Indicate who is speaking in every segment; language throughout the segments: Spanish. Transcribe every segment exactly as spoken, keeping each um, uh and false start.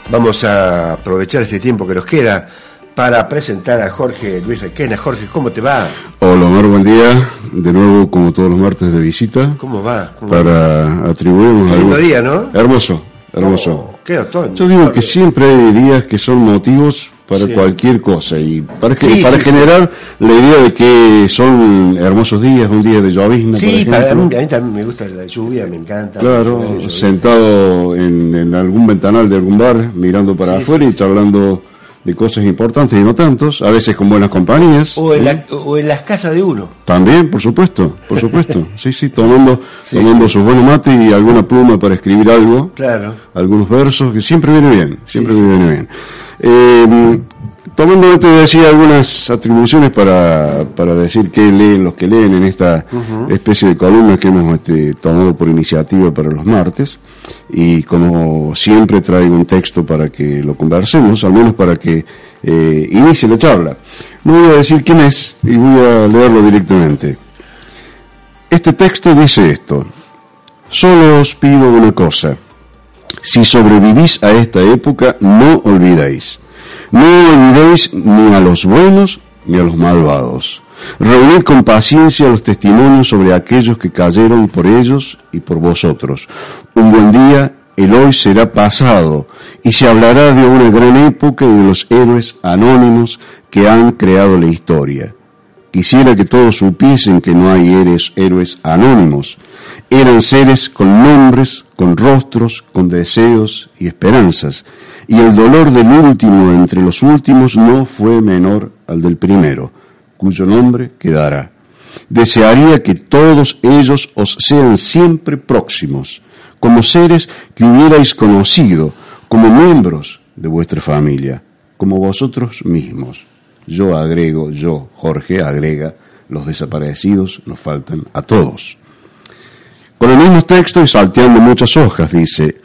Speaker 1: Vamos a aprovechar este tiempo que nos queda para presentar a Jorge Luis Requena. Jorge, ¿cómo te va?
Speaker 2: Hola Omar, buen día. De nuevo, como todos los martes, de visita.
Speaker 1: ¿Cómo va? ¿Cómo
Speaker 2: para
Speaker 1: va?
Speaker 2: atribuirnos
Speaker 1: algún
Speaker 2: algo.
Speaker 1: día, ¿no?
Speaker 2: Hermoso, hermoso.
Speaker 1: Oh, qué otoño.
Speaker 2: Yo digo que siempre hay días que son motivos para
Speaker 1: sí.
Speaker 2: cualquier cosa y para, que,
Speaker 1: sí,
Speaker 2: para
Speaker 1: sí,
Speaker 2: generar
Speaker 1: sí.
Speaker 2: la idea de que son hermosos días, un día de llovizna.
Speaker 1: Sí,
Speaker 2: por
Speaker 1: para
Speaker 2: ejemplo.
Speaker 1: mí, a mí también me gusta la lluvia, me encanta.
Speaker 2: Claro,
Speaker 1: lluvia,
Speaker 2: sentado en, en algún ventanal de algún bar, mirando para
Speaker 1: sí,
Speaker 2: afuera
Speaker 1: sí,
Speaker 2: y charlando de cosas importantes y no tantos, a veces con buenas compañías.
Speaker 1: O en, la, o en las casas de uno.
Speaker 2: También, por supuesto, por supuesto. Sí, sí, tomando,
Speaker 1: sí,
Speaker 2: tomando
Speaker 1: sí.
Speaker 2: sus buenos mates y alguna pluma para escribir algo.
Speaker 1: Claro.
Speaker 2: Algunos versos, que siempre viene bien, siempre
Speaker 1: sí,
Speaker 2: viene
Speaker 1: sí.
Speaker 2: bien. Eh, tomando antes de decir algunas atribuciones para, para decir qué leen los que leen en esta uh-huh. especie de columna que hemos este, tomado por iniciativa para los martes, y como siempre traigo un texto para que lo conversemos, al menos para que eh, inicie la charla. No voy a decir quién es y voy a leerlo directamente. Este texto dice esto: solo os pido una cosa, si sobrevivís a esta época, no olvidéis. No olvidéis ni a los buenos ni a los malvados. Reunid con paciencia los testimonios sobre aquellos que cayeron por ellos y por vosotros. Un buen día, el hoy será pasado, y se hablará de una gran época y de los héroes anónimos que han creado la historia. Quisiera que todos supiesen que no hay héroes, héroes anónimos. Eran seres con nombres, con rostros, con deseos y esperanzas. Y el dolor del último entre los últimos no fue menor al del primero, cuyo nombre quedará. Desearía que todos ellos os sean siempre próximos, como seres que hubierais conocido, como miembros de vuestra familia, como vosotros mismos. Yo agrego, yo, Jorge, agrega, los desaparecidos nos faltan a todos. Con el mismo texto y salteando muchas hojas, dice: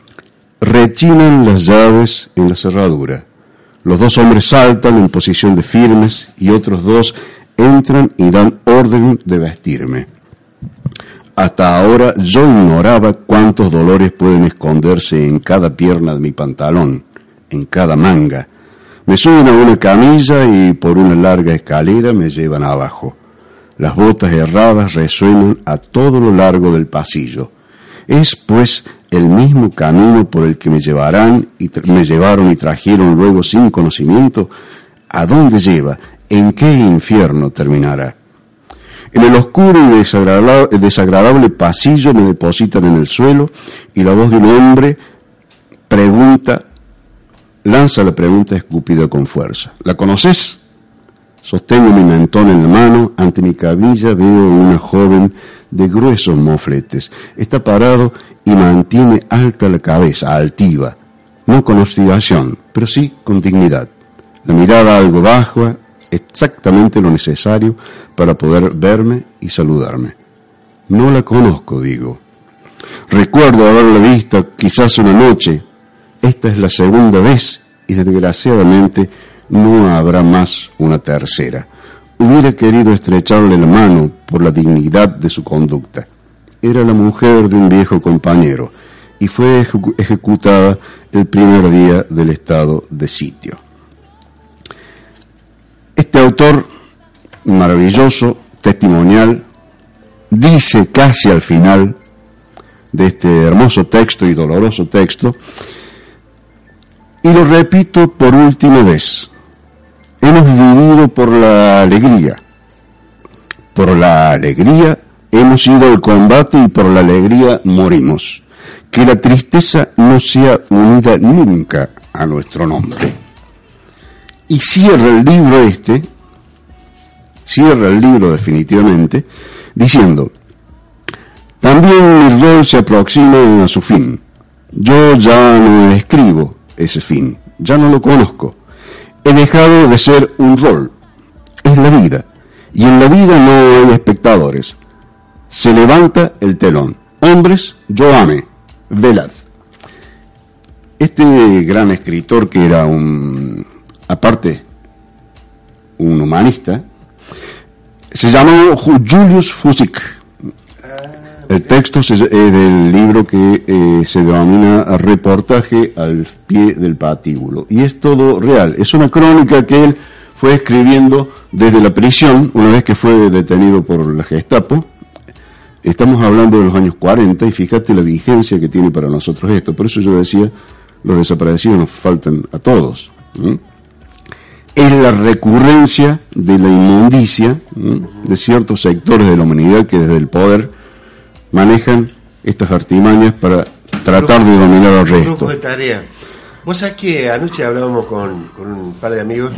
Speaker 2: rechinan las llaves en la cerradura. Los dos hombres saltan en posición de firmes y otros dos entran y dan orden de vestirme. Hasta ahora yo ignoraba cuántos dolores pueden esconderse en cada pierna de mi pantalón, en cada manga. Me suben a una camilla y por una larga escalera me llevan abajo. Las botas herradas resuenan a todo lo largo del pasillo. Es pues el mismo camino por el que me llevarán y tra- me llevaron y trajeron luego sin conocimiento. ¿A dónde lleva? ¿En qué infierno terminará? En el oscuro y desagradable, desagradable pasillo me depositan en el suelo y la voz de un hombre pregunta, lanza la pregunta escupida con fuerza. ¿La conoces? Sostengo mi mentón en la mano, ante mi cabilla veo una joven de gruesos mofletes. Está parado y mantiene alta la cabeza, altiva, no con ostivación, pero sí con dignidad. La mirada algo baja, exactamente lo necesario para poder verme y saludarme. No la conozco, digo. Recuerdo haberla visto quizás una noche. Esta es la segunda vez y desgraciadamente no habrá más una tercera. Hubiera querido estrecharle la mano por la dignidad de su conducta. Era la mujer de un viejo compañero y fue ejecu- ejecutada el primer día del estado de sitio. Este autor maravilloso, testimonial, dice casi al final de este hermoso texto y doloroso texto, y lo repito por última vez: hemos vivido por la alegría, por la alegría hemos ido al combate y por la alegría morimos. Que la tristeza no sea unida nunca a nuestro nombre. Y cierra el libro este, cierra el libro definitivamente, diciendo: también mi rol se aproxima a su fin. Yo ya no escribo ese fin, ya no lo conozco. He dejado de ser un rol, es la vida, y en la vida no hay espectadores. Se levanta el telón. Hombres, yo ame, velad. Este gran escritor, que era un, aparte, un humanista, se llamó Julius Fučík. El El texto es del libro que eh, se denomina Reportaje al pie del patíbulo. Y es todo real. Es una crónica que él fue escribiendo desde la prisión, una vez que fue detenido por la Gestapo. Estamos hablando de los años cuarenta, y fíjate la vigencia que tiene para nosotros esto. Por eso yo decía, los desaparecidos nos faltan a todos. ¿sí? Es la recurrencia de la inmundicia, ¿sí? de ciertos sectores de la humanidad que desde el poder manejan estas artimañas para tratar de dominar al resto.
Speaker 1: Grupos de tarea. Vos sabés que anoche hablábamos con, con un par de amigos,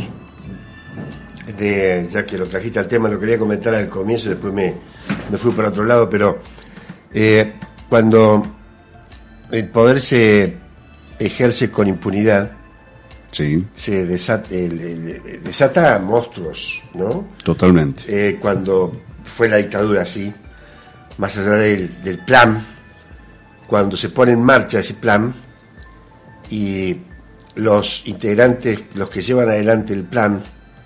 Speaker 1: de, ya que lo trajiste al tema, lo quería comentar al comienzo y después me, me fui por otro lado, pero eh, cuando el poder se ejerce con impunidad,
Speaker 2: sí.
Speaker 1: se desata, el, el, desata monstruos, ¿no?
Speaker 2: Totalmente.
Speaker 1: Eh, cuando fue la dictadura así, más allá del, del plan, cuando se pone en marcha ese plan y los integrantes, los que llevan adelante el plan,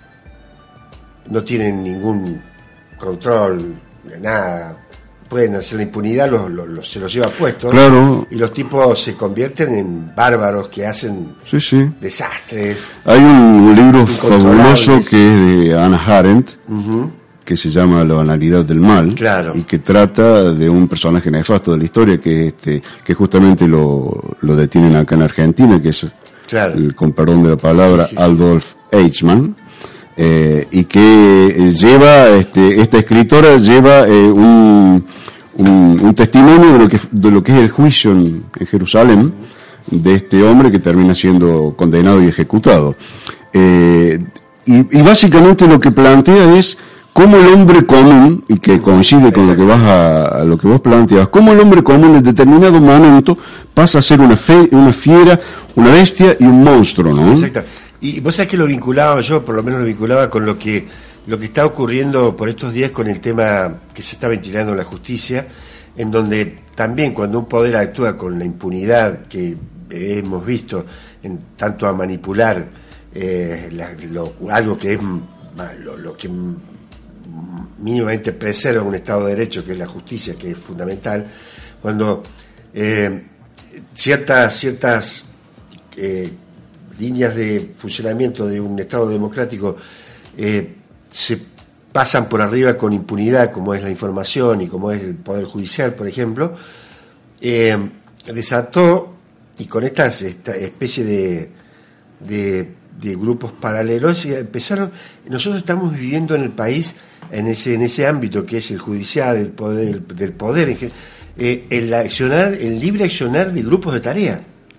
Speaker 1: no tienen ningún control de nada, pueden hacer la impunidad, los, los, los, se los lleva puestos,
Speaker 2: claro.
Speaker 1: Y los tipos se convierten en bárbaros que hacen
Speaker 2: sí, sí.
Speaker 1: desastres.
Speaker 2: Hay un, un libro fabuloso que es de Hannah Arendt, uh-huh. que se llama La banalidad del mal,
Speaker 1: claro.
Speaker 2: y que trata de un personaje nefasto de la historia que este que justamente lo, lo detienen acá en Argentina, que es, claro. el, con perdón de la palabra, sí, sí, Adolf sí. Eichmann. Eh, y que eh, lleva, este, esta escritora lleva eh, un, un, un testimonio de lo que de lo que es el juicio en, en Jerusalén de este hombre que termina siendo condenado y ejecutado. Eh, y, y básicamente lo que plantea es cómo el hombre común, y que coincide con lo que vas a, a lo que vos planteas, cómo el hombre común en determinado momento pasa a ser una fe, una fiera, una bestia y un monstruo, ¿no?
Speaker 1: Exacto. Y vos sabés que lo vinculaba, yo por lo menos lo vinculaba con lo que lo que está ocurriendo por estos días con el tema que se está ventilando en la justicia, en donde también cuando un poder actúa con la impunidad que hemos visto en tanto a manipular eh, la, lo, algo que es lo, lo que mínimamente preserva un Estado de Derecho, que es la justicia, que es fundamental, cuando eh, ciertas ciertas eh, líneas de funcionamiento de un Estado democrático eh, se pasan por arriba con impunidad, como es la información y como es el Poder Judicial, por ejemplo, eh, desató, y con estas esta especie de, de, de grupos paralelos, y empezaron, nosotros estamos viviendo en el país, en ese, en ese ámbito que es el judicial, el poder, el, del poder, eh, el accionar, el libre accionar de grupos de tarea.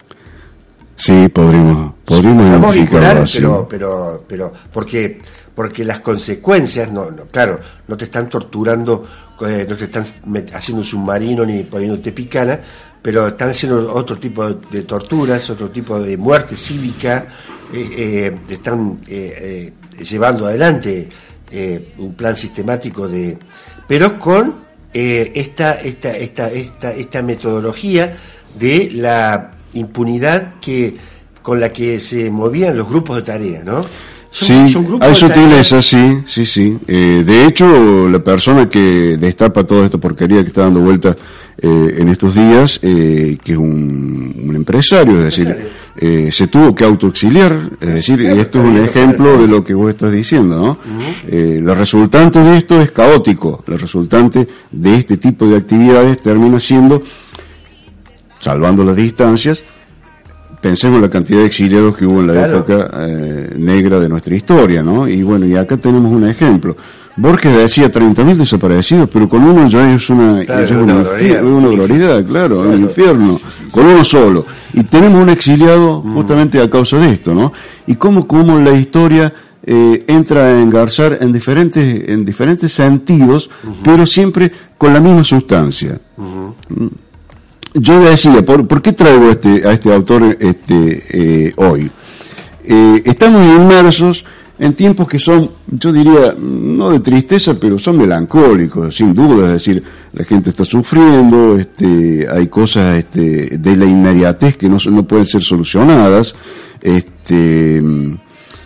Speaker 2: Sí, podríamos, podríamos
Speaker 1: vincular, pero, pero, pero, porque, porque las consecuencias, no, no, claro, no te están torturando, eh, no te están met- haciendo un submarino ni poniéndote picana, pero están haciendo otro tipo de, de torturas, otro tipo de muerte cívica, eh, eh, están eh, eh, llevando adelante eh, un plan sistemático de, pero con eh, esta, esta, esta, esta, esta metodología de la impunidad que con la que se movían los grupos de tarea, ¿no? Son,
Speaker 2: sí,
Speaker 1: son grupos
Speaker 2: hay
Speaker 1: de
Speaker 2: sutileza, sí, sí, sí. Eh, de hecho, la persona que destapa toda esta porquería que está dando vuelta eh, en estos días, eh, que es un, un empresario, es decir, eh, se tuvo que autoexiliar, es decir, y esto es un ejemplo de lo que vos estás diciendo, ¿no? Eh, la resultante de esto es caótico, la resultante de este tipo de actividades termina siendo, salvando las distancias, pensemos en la cantidad de exiliados que hubo en la claro. época eh, negra de nuestra historia, ¿no? Y bueno, y acá tenemos un ejemplo. Borges decía treinta mil desaparecidos, pero con uno ya es una,
Speaker 1: claro,
Speaker 2: es
Speaker 1: una,
Speaker 2: una,
Speaker 1: gloria,
Speaker 2: una gloridad, claro,
Speaker 1: claro.
Speaker 2: un infierno, sí, sí, con uno solo. Y tenemos un exiliado mm. justamente a causa de esto, ¿no? Y cómo, cómo la historia eh, entra a engarzar en diferentes, en diferentes sentidos, uh-huh. pero siempre con la misma sustancia. Uh-huh. Mm. Yo decía, ¿por, ¿por qué traigo este, a este autor este, eh, hoy? Eh, estamos inmersos en tiempos que son, yo diría, no de tristeza, pero son melancólicos, sin duda, es decir, la gente está sufriendo, este, hay cosas este, de la inmediatez que no, no pueden ser solucionadas, este,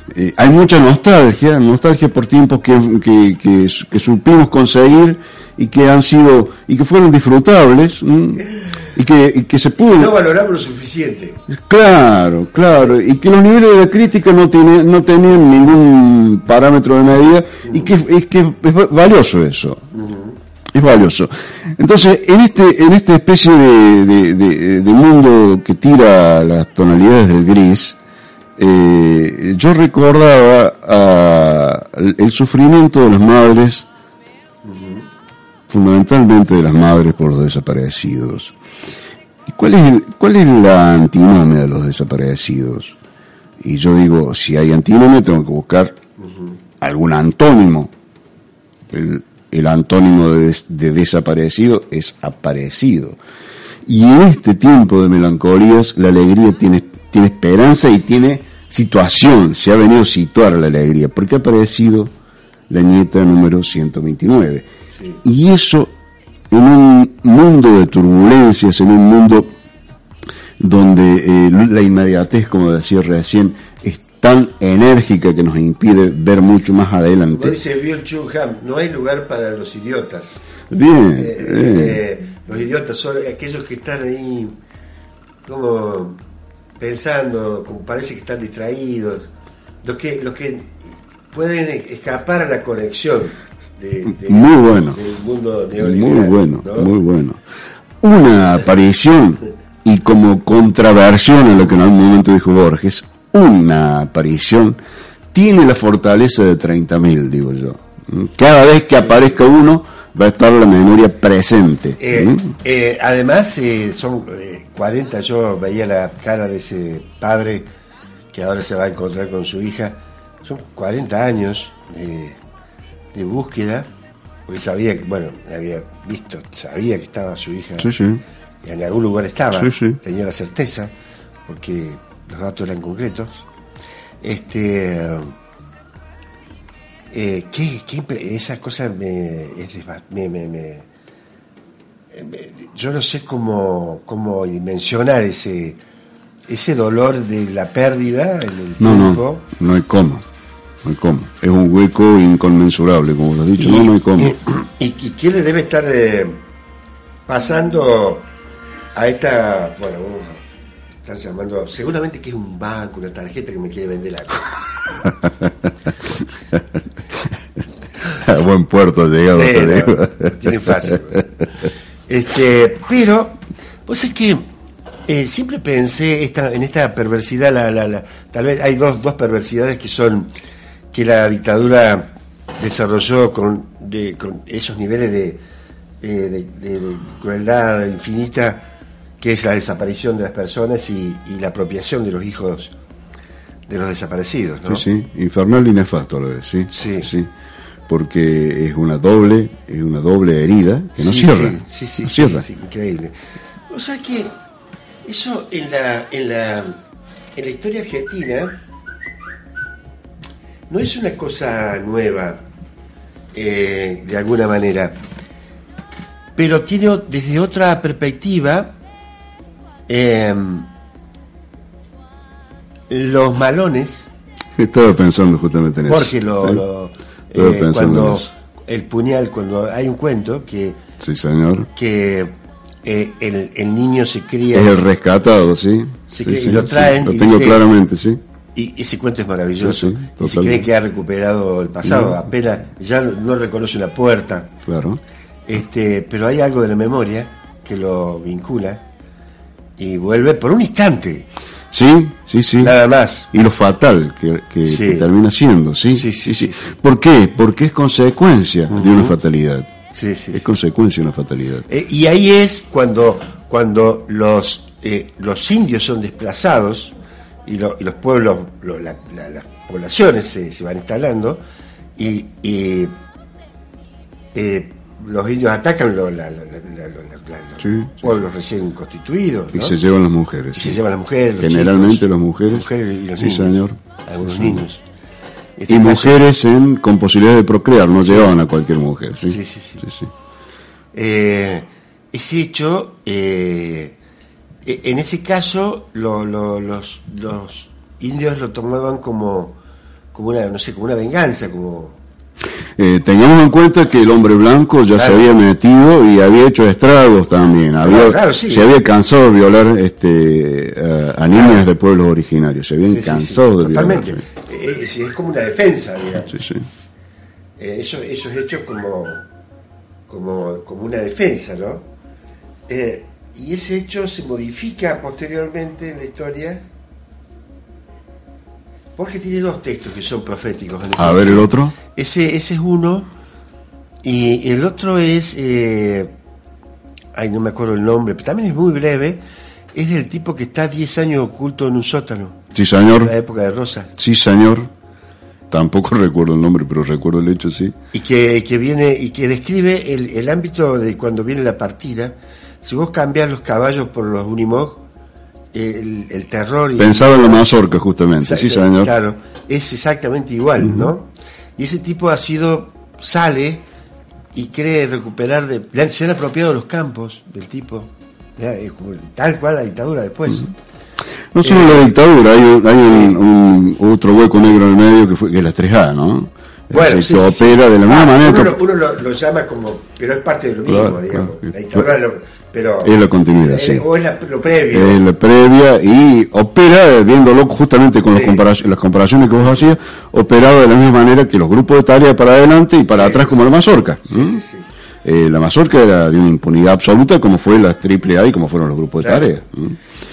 Speaker 2: eh, hay mucha nostalgia, nostalgia por tiempos que, que, que, que supimos conseguir y que han sido, y que fueron disfrutables, ¿m? y que, y que se pudo...
Speaker 1: No valoramos lo suficiente.
Speaker 2: Claro, claro, y que los niveles de la crítica no, tiene, no tenían ningún parámetro de medida, uh-huh. y que, es que es valioso eso. Uh-huh. Es valioso. Entonces, en este, en esta especie de, de, de, de mundo que tira las tonalidades del gris, eh, yo recordaba a, el sufrimiento de las madres, uh-huh. fundamentalmente de las madres por los desaparecidos. ¿Y cuál es el, cuál es la antinomia de los desaparecidos? Y yo digo, si hay antinomia, tengo que buscar uh-huh. algún antónimo. El, El antónimo de, des, de desaparecido es aparecido. Y en este tiempo de melancolías, la alegría tiene, tiene esperanza y tiene situación. Se ha venido a situar la alegría, porque ha aparecido la nieta número ciento veintinueve. Sí. Y eso, en un mundo de turbulencias, en un mundo donde eh, la inmediatez, como decía recién, es tan enérgica que nos impide ver mucho más adelante.
Speaker 1: Como dice Byung-Chul Han, no hay lugar para los idiotas.
Speaker 2: Bien.
Speaker 1: Eh, eh. Eh, los idiotas son aquellos que están ahí como pensando, como parece que están distraídos, los que los que pueden escapar a la conexión de, de,
Speaker 2: muy bueno.
Speaker 1: del mundo neoliberal.
Speaker 2: Muy bueno,
Speaker 1: ¿no?
Speaker 2: muy bueno. Una aparición, y como contraversión a lo que en algún momento dijo Borges, una aparición tiene la fortaleza de treinta mil, digo yo. Cada vez que aparezca uno va a estar la memoria presente.
Speaker 1: Eh, ¿Mm? eh, además, eh, son eh, cuarenta, yo veía la cara de ese padre que ahora se va a encontrar con su hija, son cuarenta años de, de búsqueda, porque sabía que, bueno, había visto, sabía que estaba su hija,
Speaker 2: sí, sí.
Speaker 1: en algún lugar estaba,
Speaker 2: sí, sí.
Speaker 1: tenía la certeza, porque los datos eran concretos. Este, eh, ¿qué, qué, esas cosas me, es me, me, me, me, yo no sé cómo, cómo dimensionar ese, ese dolor de la pérdida en el
Speaker 2: no,
Speaker 1: tiempo.
Speaker 2: No, no hay cómo, no hay cómo. Es un hueco inconmensurable, como lo has dicho. Y, no, no hay cómo.
Speaker 1: Y, y, y qué le debe estar eh, pasando a esta, bueno, están llamando, seguramente que es un banco, una tarjeta que me quiere vender algo.
Speaker 2: A buen puerto ha llegado.
Speaker 1: Sí, no, tiene fácil. Este, pero, pues es que eh, siempre pensé esta, en esta perversidad, la, la, la, tal vez hay dos, dos perversidades que son, que la dictadura desarrolló con, de, con esos niveles de, de, de, de, de crueldad infinita, que es la desaparición de las personas y, y la apropiación de los hijos de los desaparecidos, ¿no?
Speaker 2: Sí, sí, infernal y nefasto a la vez, sí,
Speaker 1: sí,
Speaker 2: sí, porque es una doble, es una doble herida que no
Speaker 1: sí,
Speaker 2: cierra,
Speaker 1: sí, sí,
Speaker 2: no
Speaker 1: sí,
Speaker 2: cierra.
Speaker 1: Sí, sí, increíble. O sea que eso en la, en la, en la historia argentina no es una cosa nueva, eh, de alguna manera, pero tiene desde otra perspectiva. Eh, los malones,
Speaker 2: estaba pensando justamente en eso.
Speaker 1: Jorge lo,
Speaker 2: ¿sí?
Speaker 1: lo
Speaker 2: eh,
Speaker 1: cuando
Speaker 2: en eso.
Speaker 1: El puñal, cuando hay un cuento que
Speaker 2: sí, señor,
Speaker 1: que eh, el, el niño se cría,
Speaker 2: es el rescatado, sí,
Speaker 1: se
Speaker 2: sí,
Speaker 1: cría,
Speaker 2: sí,
Speaker 1: y lo traen,
Speaker 2: sí, lo
Speaker 1: y
Speaker 2: tengo
Speaker 1: dice,
Speaker 2: claramente, sí.
Speaker 1: Y ese cuento es maravilloso.
Speaker 2: Sí, sí,
Speaker 1: y se cree que ha recuperado el pasado, no. apenas ya no reconoce una puerta.
Speaker 2: Claro.
Speaker 1: Este, pero hay algo de la memoria que lo vincula y vuelve por un instante.
Speaker 2: Sí, sí, sí.
Speaker 1: Nada más.
Speaker 2: Y lo fatal que, que,
Speaker 1: sí.
Speaker 2: que termina siendo, ¿sí?
Speaker 1: Sí, sí, sí. sí.
Speaker 2: ¿Por qué? Porque es consecuencia uh-huh. de una fatalidad.
Speaker 1: Sí, sí.
Speaker 2: Es
Speaker 1: sí.
Speaker 2: consecuencia de una fatalidad.
Speaker 1: Eh, y ahí es cuando, cuando los, eh, los indios son desplazados y, lo, y los pueblos, lo, la, la, las poblaciones se, se van instalando y, y eh, los indios atacan lo, la, la, la, la, la, los sí, pueblos sí. recién constituidos, ¿no?
Speaker 2: Y se llevan las mujeres.
Speaker 1: Y
Speaker 2: sí.
Speaker 1: se llevan las mujeres. Los
Speaker 2: generalmente
Speaker 1: chicos,
Speaker 2: las mujeres.
Speaker 1: Las mujeres y los
Speaker 2: sí,
Speaker 1: niños.
Speaker 2: Señor.
Speaker 1: Algunos
Speaker 2: sí.
Speaker 1: niños.
Speaker 2: Este y caso, mujeres en, con posibilidad de procrear, no sí. llevaban a cualquier mujer. Sí,
Speaker 1: sí, sí. sí.
Speaker 2: sí, sí.
Speaker 1: Eh, ese hecho, eh, en ese caso, lo, lo, los, los indios lo tomaban como, como una, no sé, como una venganza, como...
Speaker 2: Eh, tengamos en cuenta que el hombre blanco ya claro. se había metido y había hecho estragos también, había, claro, claro, sí. se había cansado de violar este, uh, a niñas claro. de pueblos originarios, se habían sí, cansado sí, sí.
Speaker 1: de
Speaker 2: Totalmente.
Speaker 1: violar. Totalmente, es, es como una defensa, digamos.
Speaker 2: Sí, sí.
Speaker 1: Eh, eso, eso es hecho como, como, como una defensa, ¿no? Eh, y ese hecho se modifica posteriormente en la historia. Porque tiene dos textos que son proféticos. En
Speaker 2: a ver el otro.
Speaker 1: Ese, ese es uno. Y el otro es... Eh, ay, no me acuerdo el nombre, pero también es muy breve. Es del tipo que está diez años oculto en un sótano.
Speaker 2: Sí, señor.
Speaker 1: En la época de Rosa.
Speaker 2: Sí, señor. Tampoco recuerdo el nombre, pero recuerdo el hecho, sí.
Speaker 1: Y que, que viene y que describe el, el ámbito de cuando viene la partida. Si vos cambiás los caballos por los Unimog, el, el terror... Y
Speaker 2: pensaba en la mazorca, justamente, sí, señor.
Speaker 1: Claro, es exactamente igual, uh-huh. ¿no? Y ese tipo ha sido, sale y cree recuperar, de, se han apropiado los campos del tipo, ¿ya? Tal cual la dictadura después. Uh-huh.
Speaker 2: No solo eh, la dictadura, hay, hay un, un, otro hueco negro en el medio que fue que es la tres A, ¿no?
Speaker 1: Bueno,
Speaker 2: sí,
Speaker 1: sí,
Speaker 2: opera
Speaker 1: sí.
Speaker 2: de la misma
Speaker 1: ah,
Speaker 2: manera.
Speaker 1: Uno, lo, uno lo, lo llama como, pero es parte de lo mismo,
Speaker 2: claro,
Speaker 1: digamos.
Speaker 2: Claro,
Speaker 1: la dictadura,
Speaker 2: claro.
Speaker 1: lo, pero
Speaker 2: es la continuidad,
Speaker 1: es,
Speaker 2: sí.
Speaker 1: O es la, lo previo.
Speaker 2: Es la previa y opera, viéndolo justamente con sí. los compara- las comparaciones que vos hacías, operado de la misma manera que los grupos de tarea para adelante y para sí, atrás, sí, como sí. la mazorca. Sí, ¿Mm? sí, sí. Eh, la mazorca era de una impunidad absoluta, como fue la triple A y como fueron los grupos de claro. tarea. ¿Mm?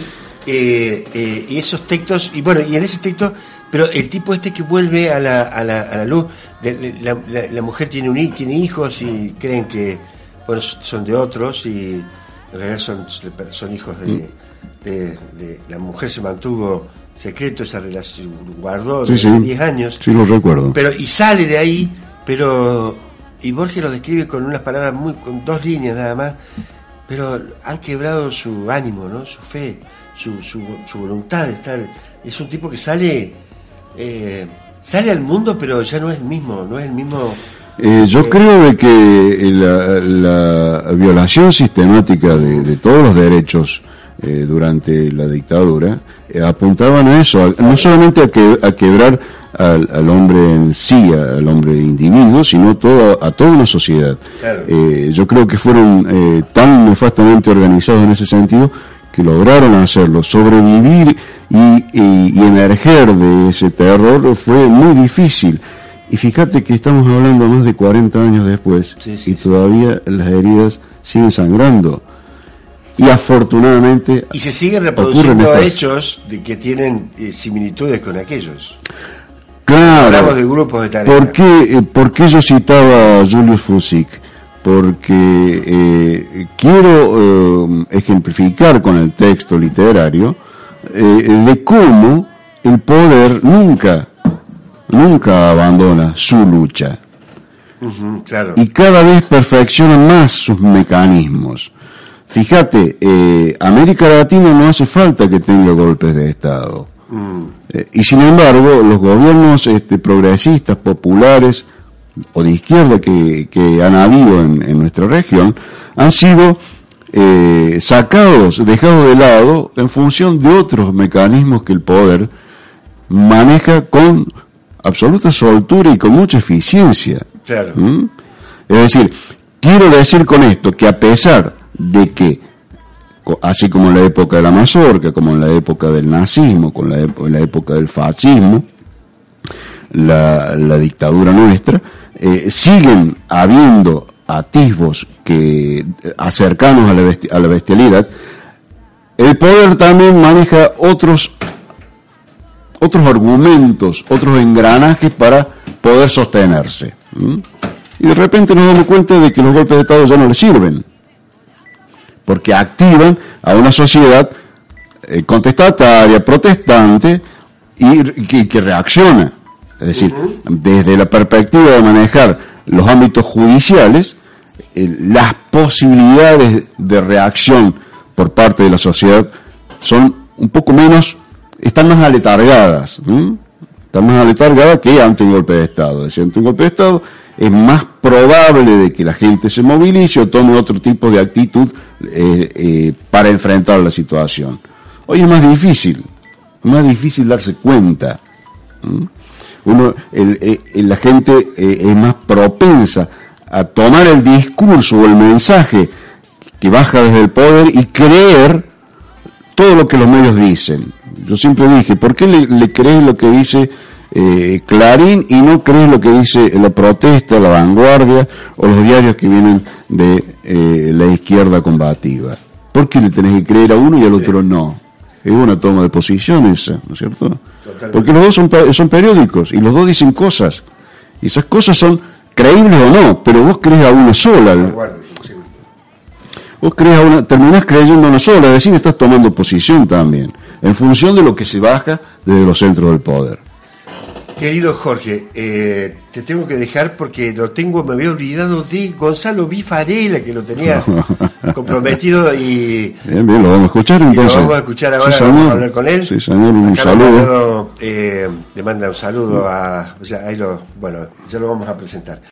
Speaker 1: Eh, eh, y esos textos, y bueno, y en ese texto, pero el tipo este que vuelve a la, a la, a la luz, de, la, la, la mujer tiene un tiene hijos y creen que bueno, son de otros y en realidad son, son hijos de, de, de, la mujer se mantuvo secreto esa relación, guardó
Speaker 2: sí,
Speaker 1: durante
Speaker 2: sí.
Speaker 1: diez años.
Speaker 2: Sí, lo recuerdo.
Speaker 1: Pero, y sale de ahí, pero, y Borges lo describe con unas palabras muy, con dos líneas nada más, pero han quebrado su ánimo, ¿no? Su fe. Su, su, su voluntad de estar, es un tipo que sale eh, sale al mundo pero ya no es el mismo, no es el mismo
Speaker 2: eh, yo eh, creo de que la, la violación sistemática de, de todos los derechos eh, durante la dictadura eh, apuntaban a eso, a, no solamente a, que, a quebrar al, al hombre en sí, al hombre individuo, sino todo, a toda una sociedad. Claro. Eh, yo creo que fueron eh, tan nefastamente organizados en ese sentido que lograron hacerlo. Sobrevivir y, y, y emerger de ese terror fue muy difícil. Y fíjate que estamos hablando más de cuarenta años después sí, sí, y todavía sí. las heridas siguen sangrando. Y afortunadamente...
Speaker 1: Y se siguen reproduciendo estas... hechos de que tienen eh, similitudes con aquellos.
Speaker 2: Claro.
Speaker 1: Hablamos de grupos de tarea.
Speaker 2: ¿Por qué, eh, ¿por qué yo citaba a Julius Fusick? Porque eh, quiero eh, ejemplificar con el texto literario eh, de cómo el poder nunca, nunca abandona su lucha.
Speaker 1: Uh-huh, claro.
Speaker 2: Y cada vez perfecciona más sus mecanismos. Fíjate, eh, América Latina no hace falta que tenga golpes de Estado. Uh-huh. Eh, y sin embargo, los gobiernos este, progresistas, populares, o de izquierda que, que han habido en, en nuestra región, han sido eh, sacados, dejados de lado en función de otros mecanismos que el poder maneja con absoluta soltura y con mucha eficiencia.
Speaker 1: Claro.
Speaker 2: ¿Mm? Es decir, quiero decir con esto que a pesar de que, así como en la época de la mazorca, como en la época del nazismo, con la, en la época del fascismo, la, la dictadura nuestra, Eh, siguen habiendo atisbos que cercanos a la, besti- a la bestialidad, el poder también maneja otros otros argumentos, otros engranajes para poder sostenerse. ¿Mm? Y de repente nos damos cuenta de que los golpes de Estado ya no le sirven, porque activan a una sociedad eh, contestataria, protestante y que, que reacciona. Es decir, uh-huh. desde la perspectiva de manejar los ámbitos judiciales, eh, las posibilidades de reacción por parte de la sociedad son un poco menos, están más aletargadas, ¿eh? están más aletargadas que ante un golpe de Estado. Es decir, ante un golpe de Estado es más probable de que la gente se movilice o tome otro tipo de actitud eh, eh, para enfrentar la situación. Hoy es más difícil, más difícil darse cuenta. ¿eh? Uno, el, el, la gente eh, es más propensa a tomar el discurso o el mensaje que baja desde el poder y creer todo lo que los medios dicen. Yo siempre dije, ¿por qué le, le crees lo que dice eh, Clarín y no crees lo que dice La Protesta, La Vanguardia o los diarios que vienen de eh, la izquierda combativa? ¿Por qué le tenés que creer a uno y al otro sí. no? Es una toma de posición esa, ¿no es cierto? Totalmente. Porque los dos son, son periódicos y los dos dicen cosas. Y esas cosas son creíbles o no, pero vos crees a una sola. Vos crees a una, terminás creyendo a una sola, es decir, estás tomando posición también, en función de lo que se baja desde los centros del poder.
Speaker 1: Querido Jorge, eh, te tengo que dejar porque lo tengo, me había olvidado de Gonzalo Bifarella, que lo tenía comprometido y...
Speaker 2: Bien, bien, lo vamos a escuchar entonces.
Speaker 1: Lo vamos a escuchar ahora,
Speaker 2: sí,
Speaker 1: vamos a hablar con él.
Speaker 2: Sí, señor, un
Speaker 1: Acá
Speaker 2: saludo.
Speaker 1: Mandado, eh, le manda un saludo a... O sea, ahí lo, bueno, ya lo vamos a presentar.